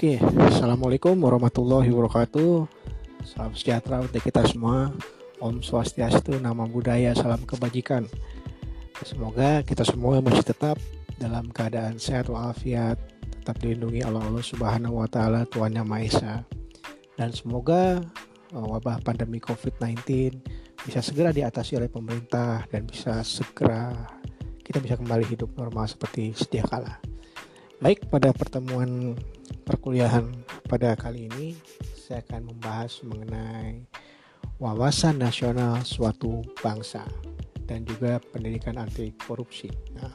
Oke, Assalamualaikum warahmatullahi wabarakatuh. Salam sejahtera untuk kita semua. Om Swastiastu, Namo Buddhaya, salam kebajikan. Semoga kita semua masih tetap dalam keadaan sehat walafiat, tetap dilindungi oleh Allah Subhanahu wa Ta'ala, Tuhan Yang Maha Esa. Dan semoga wabah pandemi COVID-19 bisa segera diatasi oleh pemerintah dan bisa segera kita bisa kembali hidup normal seperti sedia kala. Baik, pada pertemuan perkuliahan pada kali ini saya akan membahas mengenai wawasan nasional suatu bangsa dan juga pendidikan anti korupsi.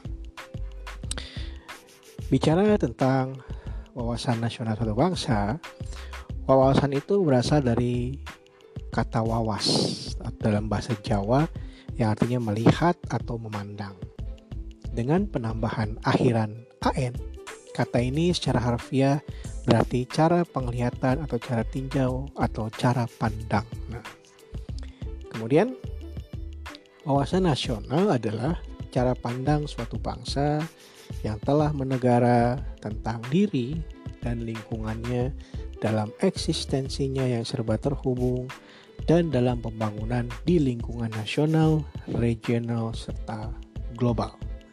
Bicara tentang wawasan nasional suatu bangsa, wawasan itu berasal dari kata wawas dalam bahasa Jawa yang artinya melihat atau memandang. Dengan penambahan akhiran an, kata ini secara harfiah berarti cara penglihatan atau cara tinjau atau cara pandang. Kemudian wawasan nasional adalah cara pandang suatu bangsa yang telah menegara tentang diri dan lingkungannya dalam eksistensinya yang serba terhubung dan dalam pembangunan di lingkungan nasional, regional, serta global.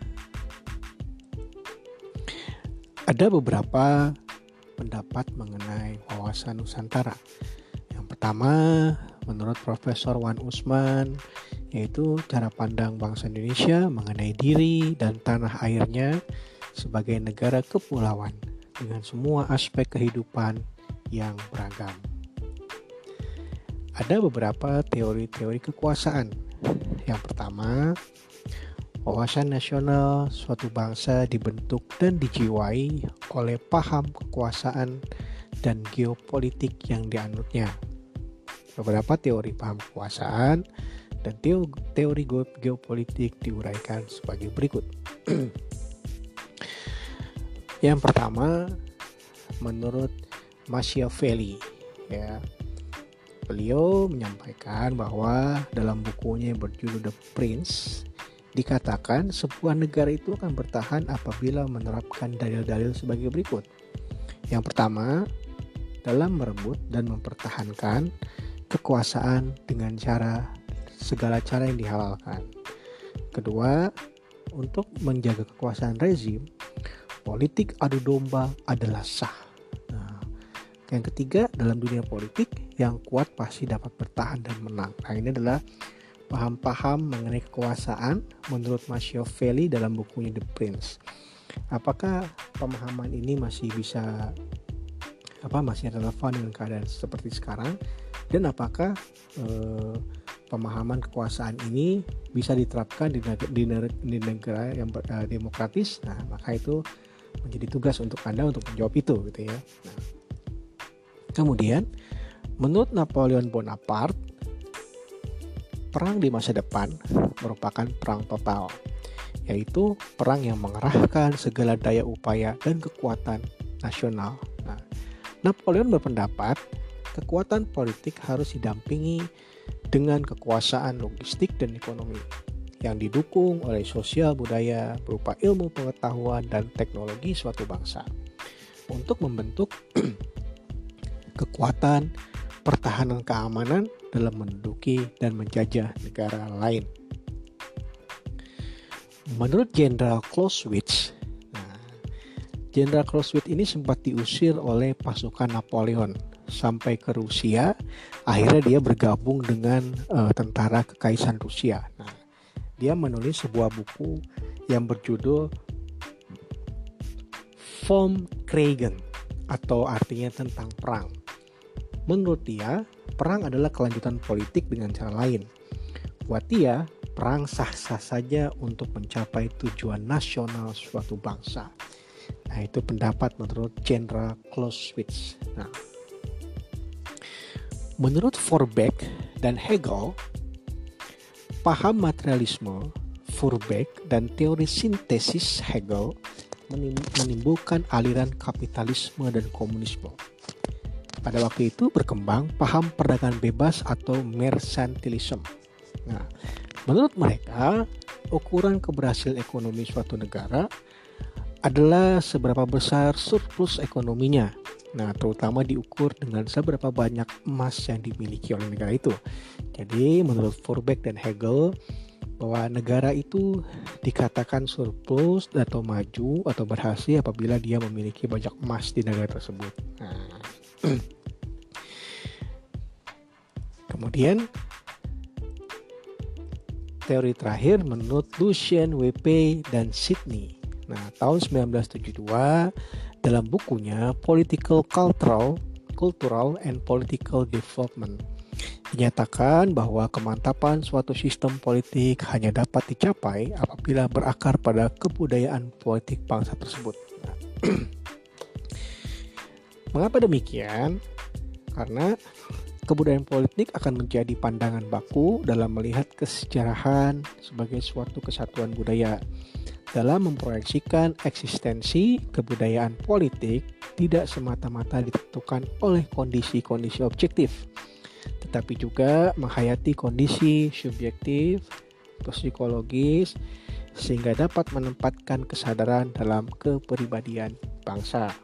Ada beberapa pendapat mengenai wawasan Nusantara. Yang pertama, menurut Profesor Wan Usman, yaitu cara pandang bangsa Indonesia mengenai diri dan tanah airnya sebagai negara kepulauan dengan semua aspek kehidupan yang beragam. Ada beberapa teori-teori kekuasaan. Yang pertama, wawasan nasional suatu bangsa dibentuk dan dijiwai oleh paham kekuasaan dan geopolitik yang dianutnya. Beberapa teori paham kekuasaan dan teori geopolitik diuraikan sebagai berikut. Yang pertama, menurut Machiavelli, beliau menyampaikan bahwa dalam bukunya yang berjudul The Prince, dikatakan sebuah negara itu akan bertahan apabila menerapkan dalil-dalil sebagai berikut. Yang pertama, dalam merebut dan mempertahankan kekuasaan dengan segala cara yang dihalalkan. Kedua, untuk menjaga kekuasaan rezim, politik adu domba adalah sah. Yang ketiga, dalam dunia politik, yang kuat pasti dapat bertahan dan menang. Ini adalah paham-paham mengenai kekuasaan menurut Machiavelli dalam bukunya The Prince. Apakah pemahaman ini masih relevan dengan keadaan seperti sekarang, dan apakah pemahaman kekuasaan ini bisa diterapkan di negara yang demokratis? Maka itu menjadi tugas untuk Anda untuk menjawab itu, gitu ya. Kemudian, menurut Napoleon Bonaparte, perang di masa depan merupakan perang total, yaitu perang yang mengerahkan segala daya upaya dan kekuatan nasional. Napoleon berpendapat kekuatan politik harus didampingi dengan kekuasaan logistik dan ekonomi yang didukung oleh sosial budaya berupa ilmu pengetahuan dan teknologi suatu bangsa untuk membentuk kekuatan pertahanan keamanan dalam menduduki dan menjajah negara lain. Menurut Jenderal Clausewitz, Jenderal Clausewitz ini sempat diusir oleh pasukan Napoleon sampai ke Rusia. Akhirnya dia bergabung dengan tentara Kekaisaran Rusia. Dia menulis sebuah buku yang berjudul Vom Kriegen, atau artinya tentang perang. Menurut dia, perang adalah kelanjutan politik dengan cara lain. Buat dia, perang sah-sah saja untuk mencapai tujuan nasional suatu bangsa. Itu pendapat menurut Jenderal Clausewitz. Menurut Feuerbach dan Hegel, paham materialisme Feuerbach dan teori sintesis Hegel menimbulkan aliran kapitalisme dan komunisme. Pada waktu itu berkembang paham perdagangan bebas atau mercantilism. Menurut mereka, ukuran keberhasilan ekonomi suatu negara adalah seberapa besar surplus ekonominya Nah, terutama diukur dengan seberapa banyak emas yang dimiliki oleh negara itu. Jadi, menurut Furbeck dan Hegel, bahwa negara itu dikatakan surplus atau maju atau berhasil apabila dia memiliki banyak emas di negara tersebut. Nah, kemudian teori terakhir menurut Lucien W.P. dan Sidney. Nah, tahun 1972 dalam bukunya Political Cultural and Political Development dinyatakan bahwa kemantapan suatu sistem politik hanya dapat dicapai apabila berakar pada kebudayaan politik bangsa tersebut. Nah, mengapa demikian? Karena kebudayaan politik akan menjadi pandangan baku dalam melihat kesejarahan sebagai suatu kesatuan budaya. Dalam memproyeksikan eksistensi kebudayaan politik tidak semata-mata ditentukan oleh kondisi-kondisi objektif, tetapi juga menghayati kondisi subjektif, psikologis, sehingga dapat menempatkan kesadaran dalam kepribadian bangsa.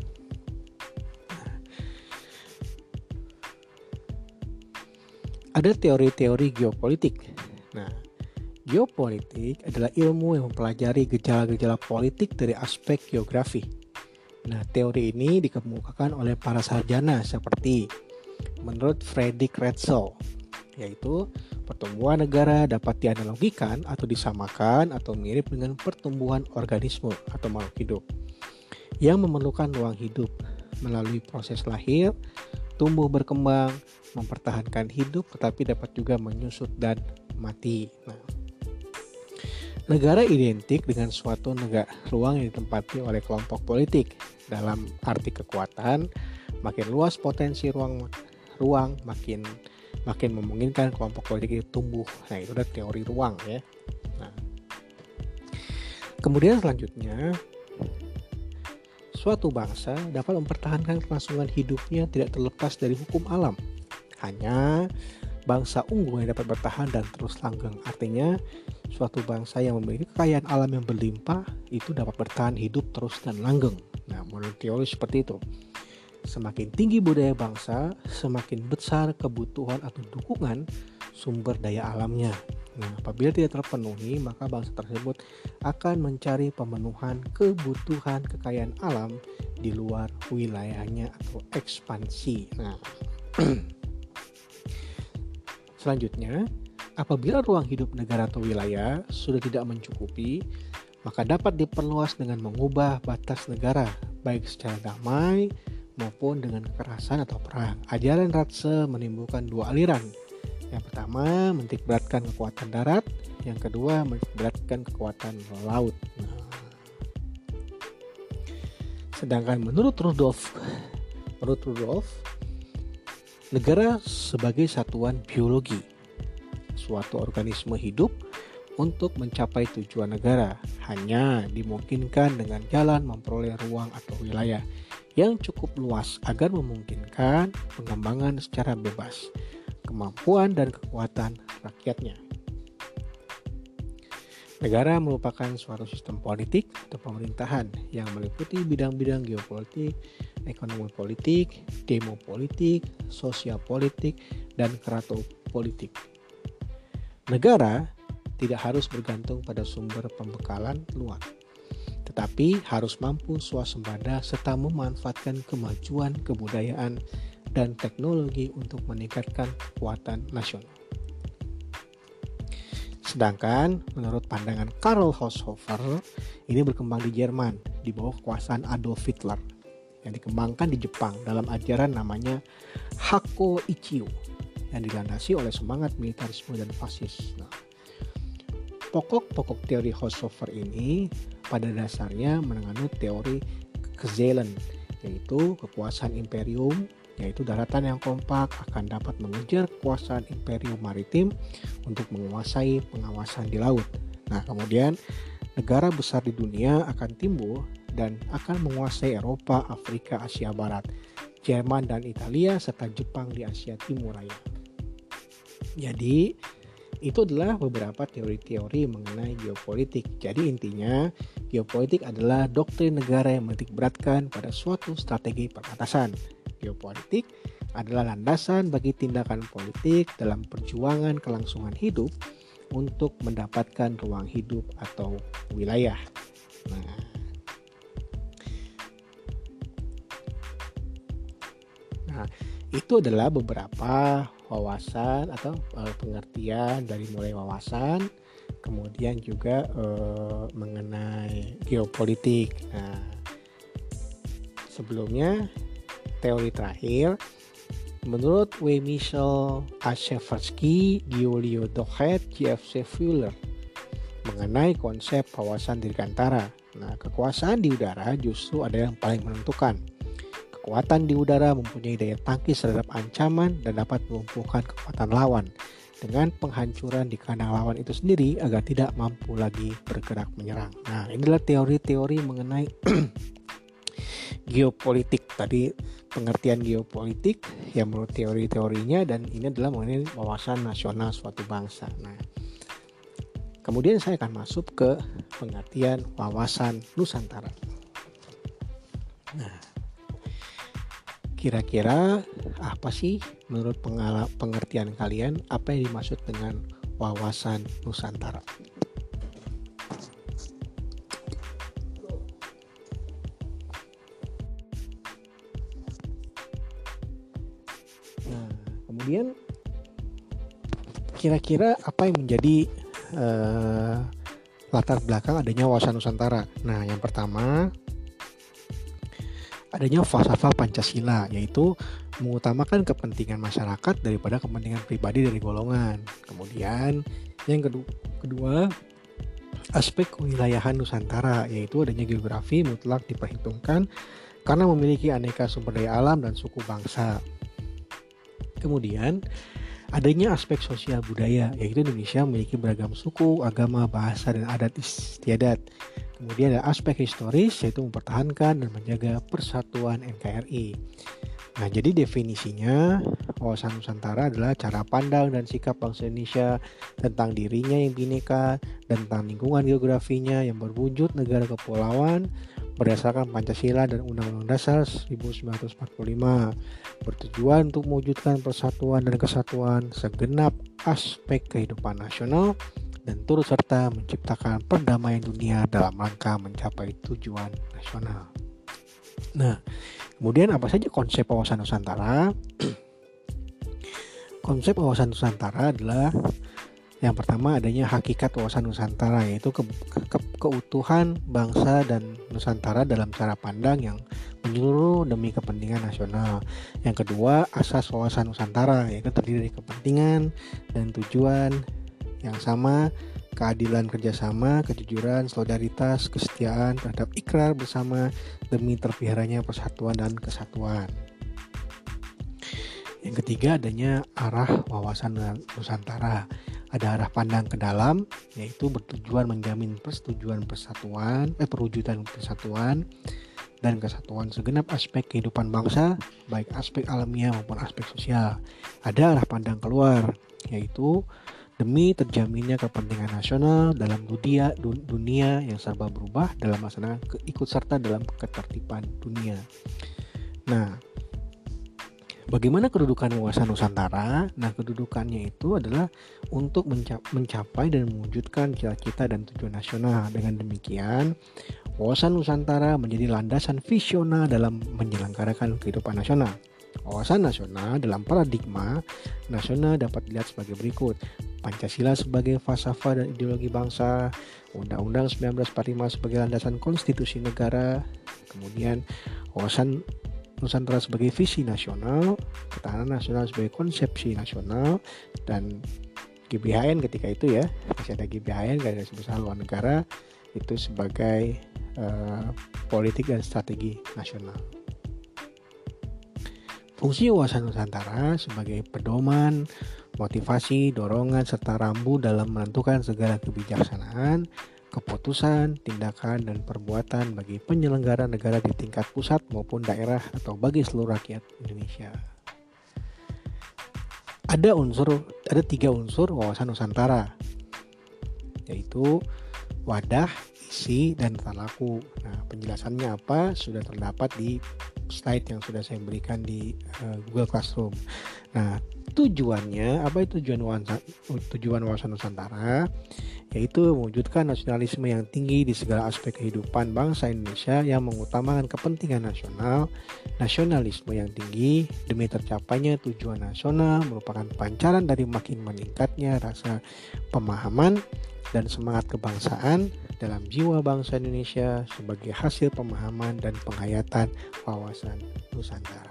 Ada teori-teori geopolitik. Nah, geopolitik adalah ilmu yang mempelajari gejala-gejala politik dari aspek geografi. Nah, teori ini dikemukakan oleh para sarjana seperti menurut Friedrich Ratzel, yaitu pertumbuhan negara dapat dianalogikan atau disamakan atau mirip dengan pertumbuhan organisme atau makhluk hidup yang memerlukan ruang hidup melalui proses lahir, tumbuh berkembang, mempertahankan hidup, tetapi dapat juga menyusut dan mati. Nah, negara identik dengan suatu ruang yang ditempati oleh kelompok politik. Dalam arti kekuatan, makin luas potensi ruang makin memungkinkan kelompok politik itu tumbuh. Nah, itu adalah teori ruang ya. Nah, kemudian selanjutnya, suatu bangsa dapat mempertahankan kelangsungan hidupnya tidak terlepas dari hukum alam. Hanya bangsa unggul yang dapat bertahan dan terus langgeng. Artinya, suatu bangsa yang memiliki kekayaan alam yang berlimpah itu dapat bertahan hidup terus dan langgeng. Nah, menurut teori seperti itu. Semakin tinggi budaya bangsa, semakin besar kebutuhan atau dukungan sumber daya alamnya. Nah, apabila tidak terpenuhi, maka bangsa tersebut akan mencari pemenuhan kebutuhan kekayaan alam di luar wilayahnya atau ekspansi. Nah, selanjutnya, apabila ruang hidup negara atau wilayah sudah tidak mencukupi, maka dapat diperluas dengan mengubah batas negara, baik secara damai maupun dengan kekerasan atau perang. Ajaran Ratzel menimbulkan dua aliran. Yang pertama, menitikberatkan kekuatan darat. Yang kedua, menitikberatkan kekuatan laut. Nah, sedangkan menurut Rudolf, negara sebagai satuan biologi, suatu organisme hidup untuk mencapai tujuan negara hanya dimungkinkan dengan jalan memperoleh ruang atau wilayah yang cukup luas agar memungkinkan pengembangan secara bebas kemampuan dan kekuatan rakyatnya. Negara merupakan suatu sistem politik atau pemerintahan yang meliputi bidang-bidang geopolitik, ekonomi politik, demopolitik, sosial politik, dan keratopolitik. Negara tidak harus bergantung pada sumber pembekalan luar, tetapi harus mampu swasembada serta memanfaatkan kemajuan kebudayaan dan teknologi untuk meningkatkan kekuatan nasional. Sedangkan menurut pandangan Karl Haushofer, ini berkembang di Jerman di bawah kekuasaan Adolf Hitler, yang dikembangkan di Jepang dalam ajaran namanya Hakko Ichio yang dilandasi oleh semangat militarisme dan fasis. Nah, pokok-pokok teori Haushofer ini pada dasarnya menganut teori Kezelen, yaitu kekuasaan imperium, yaitu daratan yang kompak akan dapat mengejar kekuasaan imperium maritim untuk menguasai pengawasan di laut. Nah, kemudian negara besar di dunia akan timbul dan akan menguasai Eropa, Afrika, Asia Barat, Jerman dan Italia serta Jepang di Asia Timur Raya. Jadi, itu adalah beberapa teori-teori mengenai geopolitik. Jadi intinya, geopolitik adalah doktrin negara yang menitik beratkan pada suatu strategi perbatasan. Geopolitik adalah landasan bagi tindakan politik dalam perjuangan kelangsungan hidup untuk mendapatkan ruang hidup atau wilayah. Nah, itu adalah beberapa wawasan atau pengertian dari mulai wawasan, kemudian juga mengenai geopolitik. Nah, sebelumnya teori terakhir, menurut W. Michel Asheversky, Giulio Dochet, J.F.C. Fuller mengenai konsep kawasan dirgantara. Nah, kekuasaan di udara justru ada yang paling menentukan. Kekuatan di udara mempunyai daya tangkis terhadap ancaman dan dapat melumpuhkan kekuatan lawan dengan penghancuran di kandang lawan itu sendiri agar tidak mampu lagi bergerak menyerang. Nah, inilah teori-teori mengenai geopolitik. Tadi pengertian geopolitik yang menurut teori-teorinya, dan ini adalah mengenai wawasan nasional suatu bangsa. Nah, kemudian saya akan masuk ke pengertian wawasan Nusantara. Nah, kira-kira apa sih menurut pengertian kalian, apa yang dimaksud dengan wawasan Nusantara? Nah, kemudian kira-kira apa yang menjadi latar belakang adanya wawasan Nusantara? Nah, yang pertama adanya falsafah Pancasila, yaitu mengutamakan kepentingan masyarakat daripada kepentingan pribadi dari golongan. Kemudian yang kedua aspek kewilayahan Nusantara, yaitu adanya geografi mutlak diperhitungkan karena memiliki aneka sumber daya alam dan suku bangsa. Kemudian adanya aspek sosial budaya, yaitu Indonesia memiliki beragam suku, agama, bahasa, dan adat istiadat. Kemudian ada aspek historis, yaitu mempertahankan dan menjaga persatuan NKRI. Nah, jadi definisinya wawasan Nusantara adalah cara pandang dan sikap bangsa Indonesia tentang dirinya yang bineka dan tentang lingkungan geografinya yang berwujud negara kepulauan berdasarkan Pancasila dan Undang-Undang Dasar 1945, bertujuan untuk mewujudkan persatuan dan kesatuan segenap aspek kehidupan nasional dan turut serta menciptakan perdamaian dunia dalam rangka mencapai tujuan nasional. Nah, kemudian apa saja konsep wawasan Nusantara? Konsep wawasan Nusantara adalah yang pertama adanya hakikat wawasan Nusantara, yaitu keutuhan bangsa dan Nusantara dalam cara pandang yang menyeluruh demi kepentingan nasional. Yang kedua, asas wawasan Nusantara, yaitu terdiri dari kepentingan dan tujuan yang sama, keadilan kerjasama, kejujuran, solidaritas, kesetiaan terhadap ikrar bersama demi terpeliharanya persatuan dan kesatuan. Yang ketiga, adanya arah wawasan Nusantara. Ada arah pandang ke dalam, yaitu bertujuan menjamin perwujudan persatuan dan kesatuan segenap aspek kehidupan bangsa, baik aspek alamiah maupun aspek sosial. Ada arah pandang keluar, yaitu demi terjaminnya kepentingan nasional dalam dunia yang serba berubah dalam melaksanakan ikut serta dalam ketertiban dunia. Nah, bagaimana kedudukan wawasan Nusantara? Nah, kedudukannya itu adalah untuk mencapai dan mewujudkan cita-cita dan tujuan nasional. Dengan demikian, wawasan Nusantara menjadi landasan visional dalam menyelenggarakan kehidupan nasional. Wawasan nasional dalam paradigma nasional dapat dilihat sebagai berikut. Pancasila sebagai falsafah dan ideologi bangsa, Undang-Undang 1945 sebagai landasan konstitusi negara, kemudian wawasan Nusantara sebagai visi nasional, ketahanan nasional sebagai konsepsi nasional, dan GBHN ketika itu ya, masih ada GBHN, Garis Besar Haluan Negara, itu sebagai politik dan strategi nasional. Fungsi wawasan Nusantara sebagai pedoman, motivasi, dorongan, serta rambu dalam menentukan segala kebijaksanaan, keputusan, tindakan, dan perbuatan bagi penyelenggara negara di tingkat pusat maupun daerah atau bagi seluruh rakyat Indonesia. Ada 3 unsur wawasan Nusantara, yaitu wadah, isi, dan tata laku. Nah, penjelasannya apa sudah terdapat di slide yang sudah saya berikan di Google Classroom. Nah, tujuannya apa? Tujuan wawasan Nusantara yaitu mewujudkan nasionalisme yang tinggi di segala aspek kehidupan bangsa Indonesia yang mengutamakan kepentingan nasional. Nasionalisme yang tinggi demi tercapainya tujuan nasional merupakan pancaran dari makin meningkatnya rasa pemahaman dan semangat kebangsaan dalam jiwa bangsa Indonesia sebagai hasil pemahaman dan penghayatan wawasan Nusantara.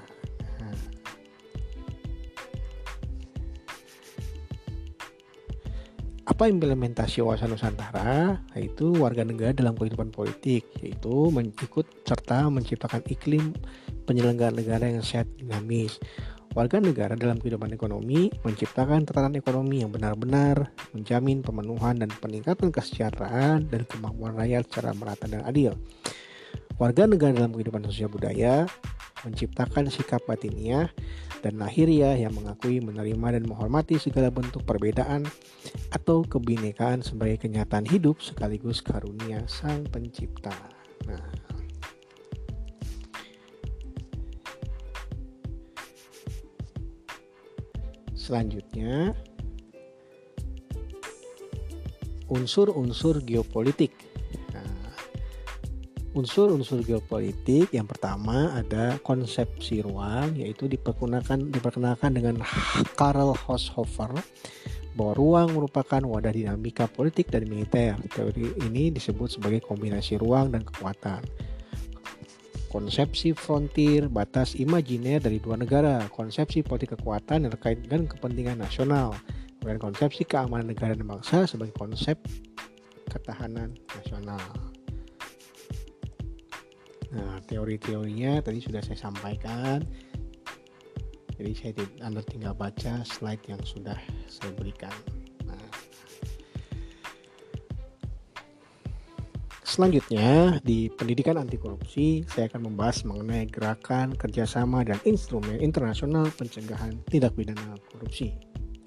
Apa implementasi wawasan Nusantara? Yaitu warga negara dalam kehidupan politik, yaitu mengikut serta menciptakan iklim penyelenggaraan negara yang sehat dinamis. Warga negara dalam kehidupan ekonomi menciptakan tatanan ekonomi yang benar-benar menjamin pemenuhan dan peningkatan kesejahteraan dan kemampuan rakyat secara merata dan adil. Warga negara dalam kehidupan sosial budaya menciptakan sikap batiniah dan lahiriah yang mengakui, menerima, dan menghormati segala bentuk perbedaan atau kebinekaan sebagai kenyataan hidup sekaligus karunia Sang Pencipta. Nah, selanjutnya unsur-unsur geopolitik. Unsur-unsur geopolitik yang pertama ada konsepsi ruang, yaitu diperkenalkan dengan Karl Haushofer bahwa ruang merupakan wadah dinamika politik dan militer. Teori ini disebut sebagai kombinasi ruang dan kekuatan. Konsepsi frontier, batas imajiner dari dua negara. Konsepsi politik kekuatan yang terkait dengan kepentingan nasional. Dan konsepsi keamanan negara dan bangsa sebagai konsep ketahanan nasional. Nah, teori-teorinya tadi sudah saya sampaikan. Jadi Anda tinggal baca slide yang sudah saya berikan. Nah, selanjutnya di pendidikan anti korupsi saya akan membahas mengenai gerakan, kerjasama, dan instrumen internasional pencegahan tindak pidana korupsi.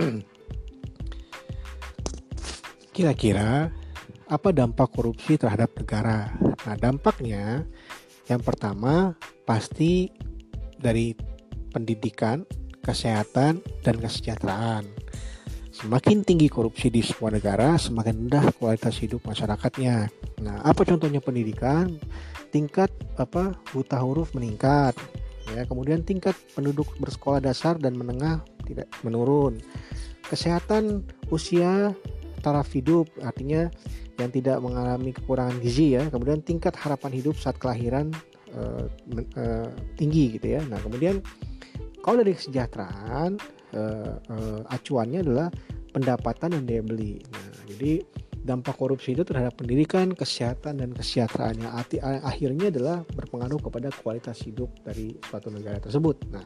Kira-kira apa dampak korupsi terhadap negara? Nah, dampaknya yang pertama pasti dari pendidikan, kesehatan, dan kesejahteraan. Semakin tinggi korupsi di sebuah negara, semakin rendah kualitas hidup masyarakatnya. Nah, apa contohnya pendidikan? Tingkat buta huruf meningkat. Ya, kemudian tingkat penduduk bersekolah dasar dan menengah tidak menurun. Kesehatan usia taraf hidup, artinya yang tidak mengalami kekurangan gizi ya. Kemudian tingkat harapan hidup saat kelahiran tinggi gitu ya. Nah, kemudian kalau dari kesejahteraan acuannya adalah pendapatan dan daya beli. Nah, jadi dampak korupsi itu terhadap pendidikan, kesehatan, dan kesejahteraan yang akhirnya adalah berpengaruh kepada kualitas hidup dari suatu negara tersebut. Nah,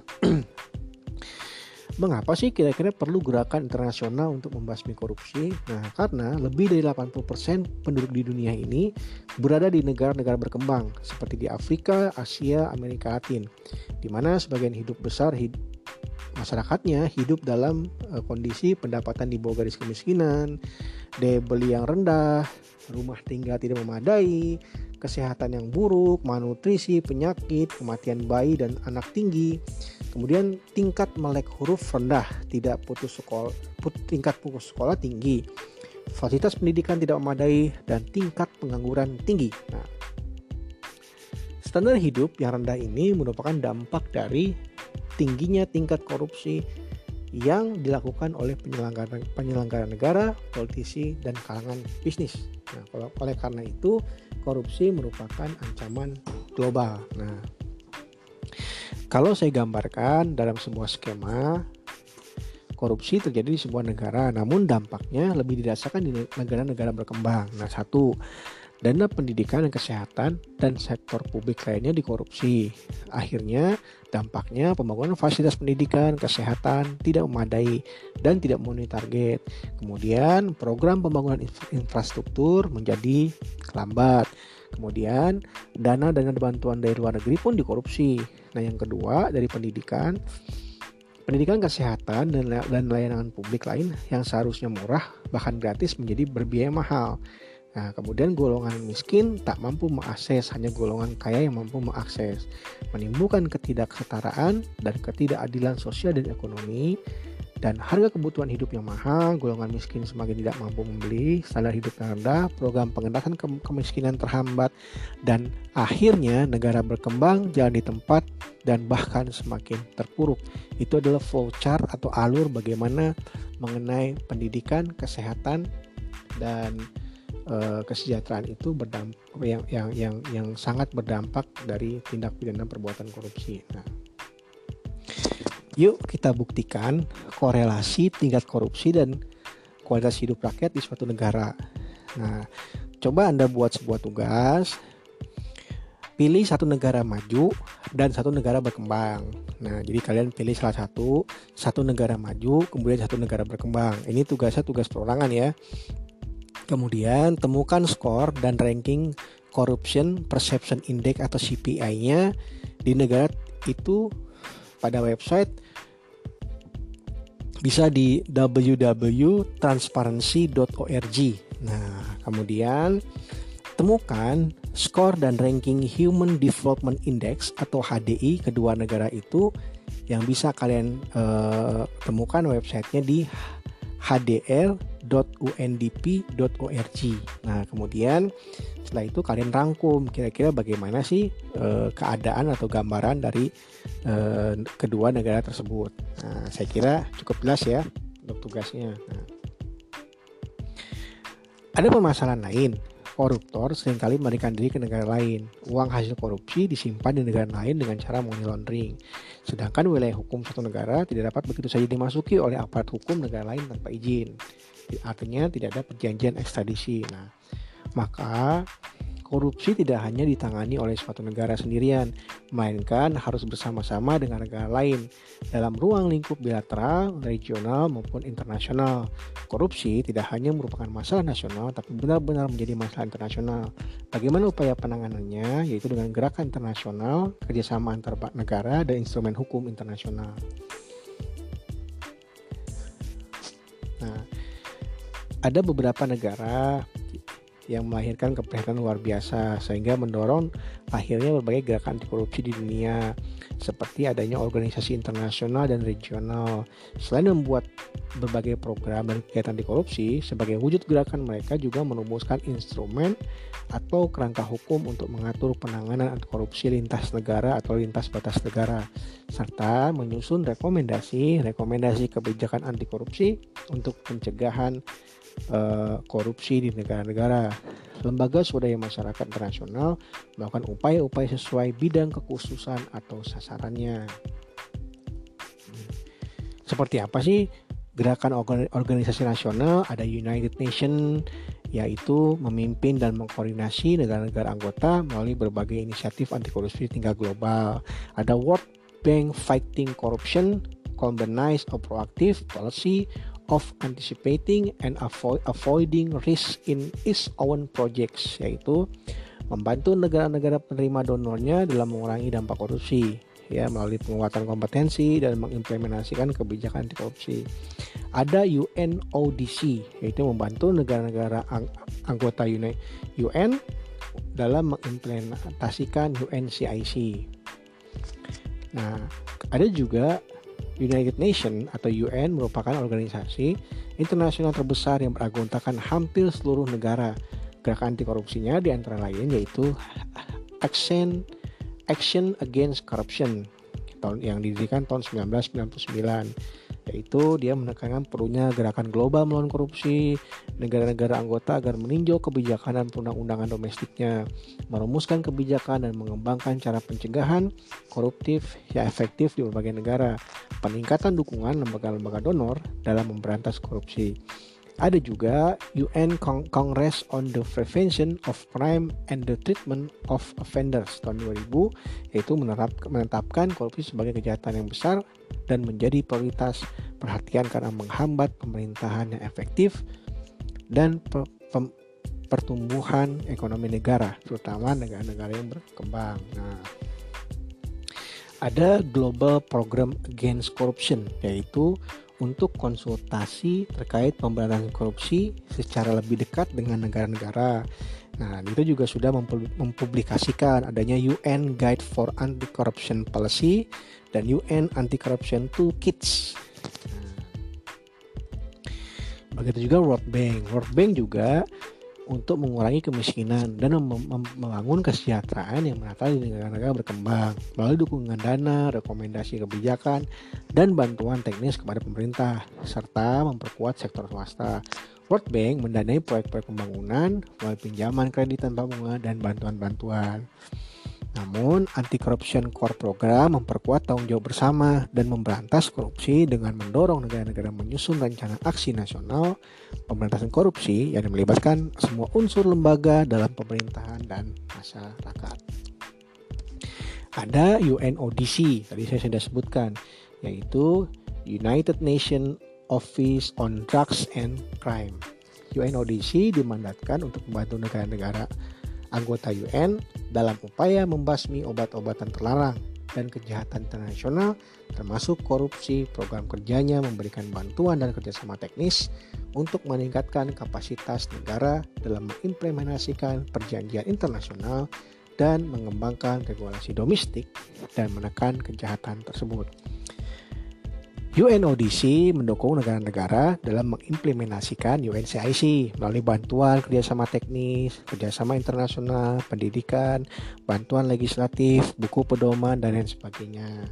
mengapa sih kira-kira perlu gerakan internasional untuk membasmi korupsi? Nah, karena lebih dari 80% penduduk di dunia ini berada di negara-negara berkembang seperti di Afrika, Asia, Amerika Latin, di mana sebagian besar masyarakatnya hidup dalam kondisi pendapatan di bawah garis kemiskinan, daya beli yang rendah, rumah tinggal tidak memadai, kesehatan yang buruk, malnutrisi, penyakit, kematian bayi dan anak tinggi. Kemudian tingkat melek huruf rendah, tingkat putus sekolah tinggi, fasilitas pendidikan tidak memadai, dan tingkat pengangguran tinggi. Nah, standar hidup yang rendah ini merupakan dampak dari tingginya tingkat korupsi yang dilakukan oleh penyelenggara negara, politisi, dan kalangan bisnis. Nah, oleh karena itu, korupsi merupakan ancaman global. Nah, kalau saya gambarkan dalam sebuah skema, korupsi terjadi di sebuah negara, namun dampaknya lebih dirasakan di negara-negara berkembang. Nah, satu, dana pendidikan dan kesehatan dan sektor publik lainnya dikorupsi. Akhirnya, dampaknya pembangunan fasilitas pendidikan, kesehatan tidak memadai dan tidak memenuhi target. Kemudian, program pembangunan infrastruktur menjadi lambat. Kemudian, dana bantuan dari luar negeri pun dikorupsi. Nah, yang kedua, dari pendidikan Pendidikan, kesehatan, dan layanan publik lain yang seharusnya murah bahkan gratis menjadi berbiaya mahal. Nah, kemudian golongan miskin tak mampu mengakses, hanya golongan kaya yang mampu mengakses, menimbulkan ketidaksetaraan dan ketidakadilan sosial dan ekonomi, dan harga kebutuhan hidup yang mahal. Golongan miskin semakin tidak mampu membeli, standar hidup yang rendah, program pengentasan kemiskinan terhambat, dan akhirnya negara berkembang jalan di tempat dan bahkan semakin terpuruk. Itu adalah flowchart atau alur bagaimana mengenai pendidikan, kesehatan, dan kesejahteraan itu berdampak yang sangat berdampak dari tindak pidana perbuatan korupsi. Nah, yuk kita buktikan korelasi tingkat korupsi dan kualitas hidup rakyat di suatu negara. Nah, coba Anda buat sebuah tugas, pilih satu negara maju dan satu negara berkembang. Nah, jadi kalian pilih salah satu negara maju, kemudian satu negara berkembang. Ini tugasnya tugas perorangan ya. Kemudian temukan skor dan ranking Corruption Perception Index atau CPI-nya di negara itu pada website, bisa di www.transparency.org. Nah, kemudian temukan skor dan ranking Human Development Index atau HDI kedua negara itu, yang bisa kalian temukan websitenya di hdr.undp.org. Nah, kemudian setelah itu kalian rangkum kira-kira bagaimana sih keadaan atau gambaran dari kedua negara tersebut. Nah, saya kira cukup jelas ya untuk tugasnya. Nah, ada permasalahan lain. Koruptor seringkali melarikan diri ke negara lain. Uang hasil korupsi disimpan di negara lain dengan cara money laundering. Sedangkan wilayah hukum satu negara tidak dapat begitu saja dimasuki oleh aparat hukum negara lain tanpa izin. Artinya tidak ada perjanjian ekstradisi. Nah, maka korupsi tidak hanya ditangani oleh suatu negara sendirian, melainkan harus bersama-sama dengan negara lain dalam ruang lingkup bilateral, regional maupun internasional. Korupsi tidak hanya merupakan masalah nasional, tapi benar-benar menjadi masalah internasional. Bagaimana upaya penanganannya? Yaitu dengan gerakan internasional, kerjasama antar negara, dan instrumen hukum internasional. Nah, ada beberapa negara yang melahirkan keprihatinan luar biasa sehingga mendorong lahirnya berbagai gerakan anti korupsi di dunia, seperti adanya organisasi internasional dan regional. Selain membuat berbagai program dan kegiatan anti korupsi, sebagai wujud gerakan mereka juga merumuskan instrumen atau kerangka hukum untuk mengatur penanganan anti korupsi lintas negara atau lintas batas negara, serta menyusun rekomendasi kebijakan anti korupsi untuk pencegahan korupsi di negara-negara. Lembaga swadaya masyarakat internasional melakukan upaya-upaya sesuai bidang kekhususan atau sasarannya. Seperti apa sih gerakan organisasi nasional? Ada United Nations, yaitu memimpin dan mengkoordinasi negara-negara anggota melalui berbagai inisiatif anti korupsi tingkat global. Ada World Bank Fighting Corruption, combines a proactive policy of anticipating and avoiding risk in its own projects, yaitu membantu negara-negara penerima donornya dalam mengurangi dampak korupsi ya melalui penguatan kompetensi dan mengimplementasikan kebijakan anti korupsi. Ada UNODC, yaitu membantu negara-negara anggota UN dalam mengimplementasikan UNCIC. Nah, ada juga United Nations atau UN, merupakan organisasi internasional terbesar yang beranggotakan hampir seluruh negara. Gerakan anti korupsinya di antara lain yaitu Action Against Corruption yang didirikan tahun 1999, yaitu dia menekankan perlunya gerakan global melawan korupsi negara-negara anggota agar meninjau kebijakan dan perundang-undangan domestiknya, merumuskan kebijakan dan mengembangkan cara pencegahan koruptif yang efektif di berbagai negara, peningkatan dukungan lembaga-lembaga donor dalam memberantas korupsi. Ada juga UN Congress on the Prevention of Crime and the Treatment of Offenders tahun 2000, yaitu menetapkan korupsi sebagai kejahatan yang besar dan menjadi prioritas perhatian karena menghambat pemerintahan yang efektif dan pertumbuhan ekonomi negara, terutama negara-negara yang berkembang. Nah, Ada Global Program Against Corruption, yaitu untuk konsultasi terkait pemberantasan korupsi secara lebih dekat dengan negara-negara. Nah, itu juga sudah mempublikasikan adanya UN Guide for Anti-Corruption Policy dan UN Anti-Corruption Toolkits. Begitu juga World Bank. World Bank juga untuk mengurangi kemiskinan dan membangun kesejahteraan yang merata di negara-negara berkembang melalui dukungan dana, rekomendasi kebijakan, dan bantuan teknis kepada pemerintah, serta memperkuat sektor swasta. World Bank mendanai proyek-proyek pembangunan melalui pinjaman kredit tanpa bunga dan bantuan-bantuan. Namun, Anti-Corruption Core Program memperkuat tanggung jawab bersama dan memberantas korupsi dengan mendorong negara-negara menyusun rencana aksi nasional pemberantasan korupsi yang melibatkan semua unsur lembaga dalam pemerintahan dan masyarakat. Ada UNODC, tadi saya sudah sebutkan, yaitu United Nations Office on Drugs and Crime. UNODC dimandatkan untuk membantu negara-negara anggota UN dalam upaya membasmi obat-obatan terlarang dan kejahatan internasional termasuk korupsi. Program kerjanya memberikan bantuan dan kerjasama teknis untuk meningkatkan kapasitas negara dalam mengimplementasikan perjanjian internasional dan mengembangkan regulasi domestik dan menekan kejahatan tersebut. UNODC mendukung negara-negara dalam mengimplementasikan UNCIC melalui bantuan kerjasama teknis, kerjasama internasional, pendidikan, bantuan legislatif, buku pedoman, dan lain sebagainya.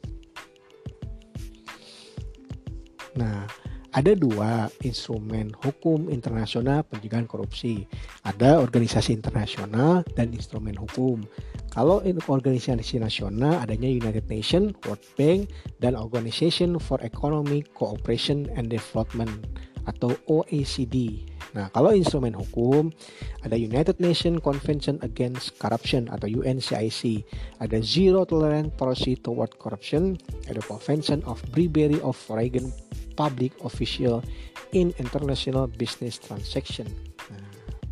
Nah, ada dua instrumen hukum internasional pencegahan korupsi. Ada organisasi internasional dan instrumen hukum. Kalau organisasi nasional adanya United Nations, World Bank, dan Organization for Economic Cooperation and Development atau OECD. Nah, kalau instrumen hukum ada United Nations Convention Against Corruption atau UNCIC, ada Zero Tolerance Policy Toward Corruption, ada Convention of Bribery of Foreign Public Official in International Business Transaction. Nah,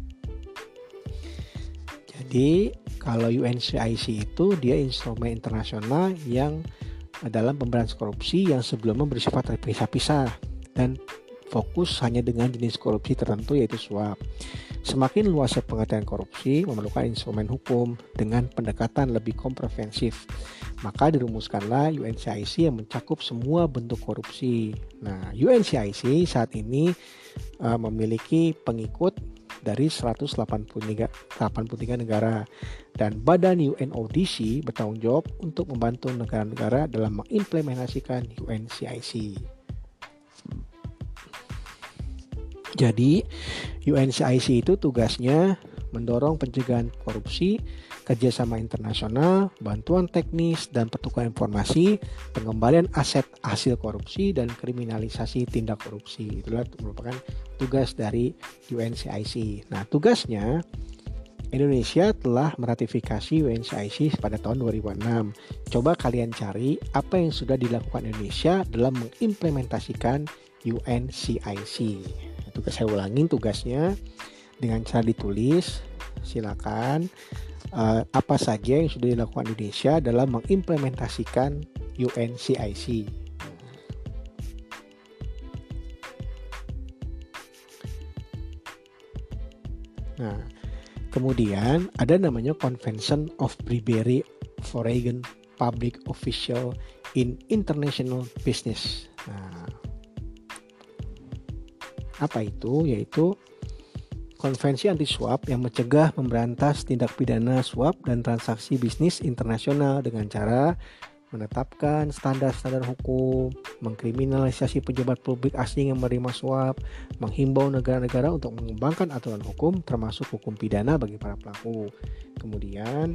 jadi kalau UNCIC itu dia instrumen internasional yang dalam pemberantasan korupsi yang sebelumnya bersifat terpisah-pisah dan fokus hanya dengan jenis korupsi tertentu yaitu suap. Semakin luasnya pengertian korupsi memerlukan instrumen hukum dengan pendekatan lebih komprehensif. Maka dirumuskanlah UNCIC yang mencakup semua bentuk korupsi. Nah, UNCIC saat ini memiliki pengikut dari 183 negara dan badan UNODC bertanggung jawab untuk membantu negara-negara dalam mengimplementasikan UNCIC. Jadi UNCIC itu tugasnya mendorong pencegahan korupsi, kerjasama internasional, bantuan teknis dan pertukaran informasi, pengembalian aset hasil korupsi, dan kriminalisasi tindak korupsi. Itulah merupakan tugas dari UNCIC. Nah, tugasnya Indonesia telah meratifikasi UNCIC pada tahun 2006. Coba kalian cari apa yang sudah dilakukan Indonesia dalam mengimplementasikan UNCIC. Tugas saya ulangin tugasnya dengan cara ditulis. Silakan apa saja yang sudah dilakukan Indonesia dalam mengimplementasikan UNCIC. Nah, kemudian ada namanya Convention of Bribery Foreign Public Official in International Business. Nah, apa itu? Yaitu konvensi anti suap yang mencegah, memberantas tindak pidana suap dan transaksi bisnis internasional dengan cara menetapkan standar-standar hukum, mengkriminalisasi pejabat publik asing yang menerima suap, menghimbau negara-negara untuk mengembangkan aturan hukum termasuk hukum pidana bagi para pelaku. Kemudian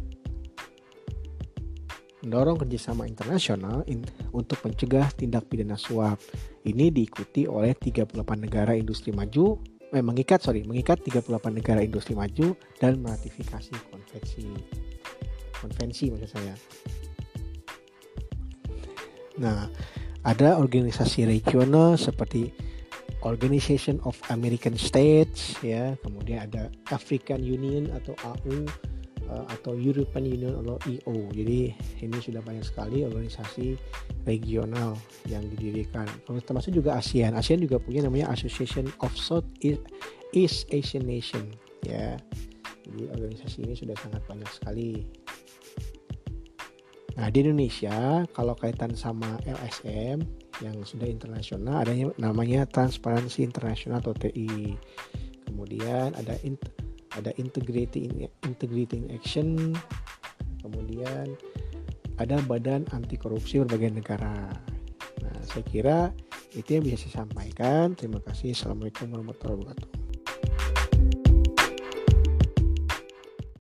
mendorong kerjasama internasional untuk mencegah tindak pidana suap. Ini diikuti oleh 38 negara industri maju, mengikat 38 negara industri maju dan meratifikasi konvensi maksud saya. Nah, ada organisasi regional seperti Organization of American States, ya, kemudian ada African Union atau AU, atau European Union atau EO. Jadi ini sudah banyak sekali organisasi regional yang didirikan. Termasuk juga ASEAN. ASEAN juga punya namanya Association of Southeast Asian Nation. Ya, jadi organisasi ini sudah sangat banyak sekali. Nah, di Indonesia kalau kaitan sama LSM yang sudah internasional adanya namanya Transparency International atau TI. Kemudian ada Integrity in Action. Kemudian ada Badan Anti Korupsi Berbagai Negara. Nah, saya kira itu yang bisa saya sampaikan. Terima kasih. Assalamualaikum warahmatullahi wabarakatuh.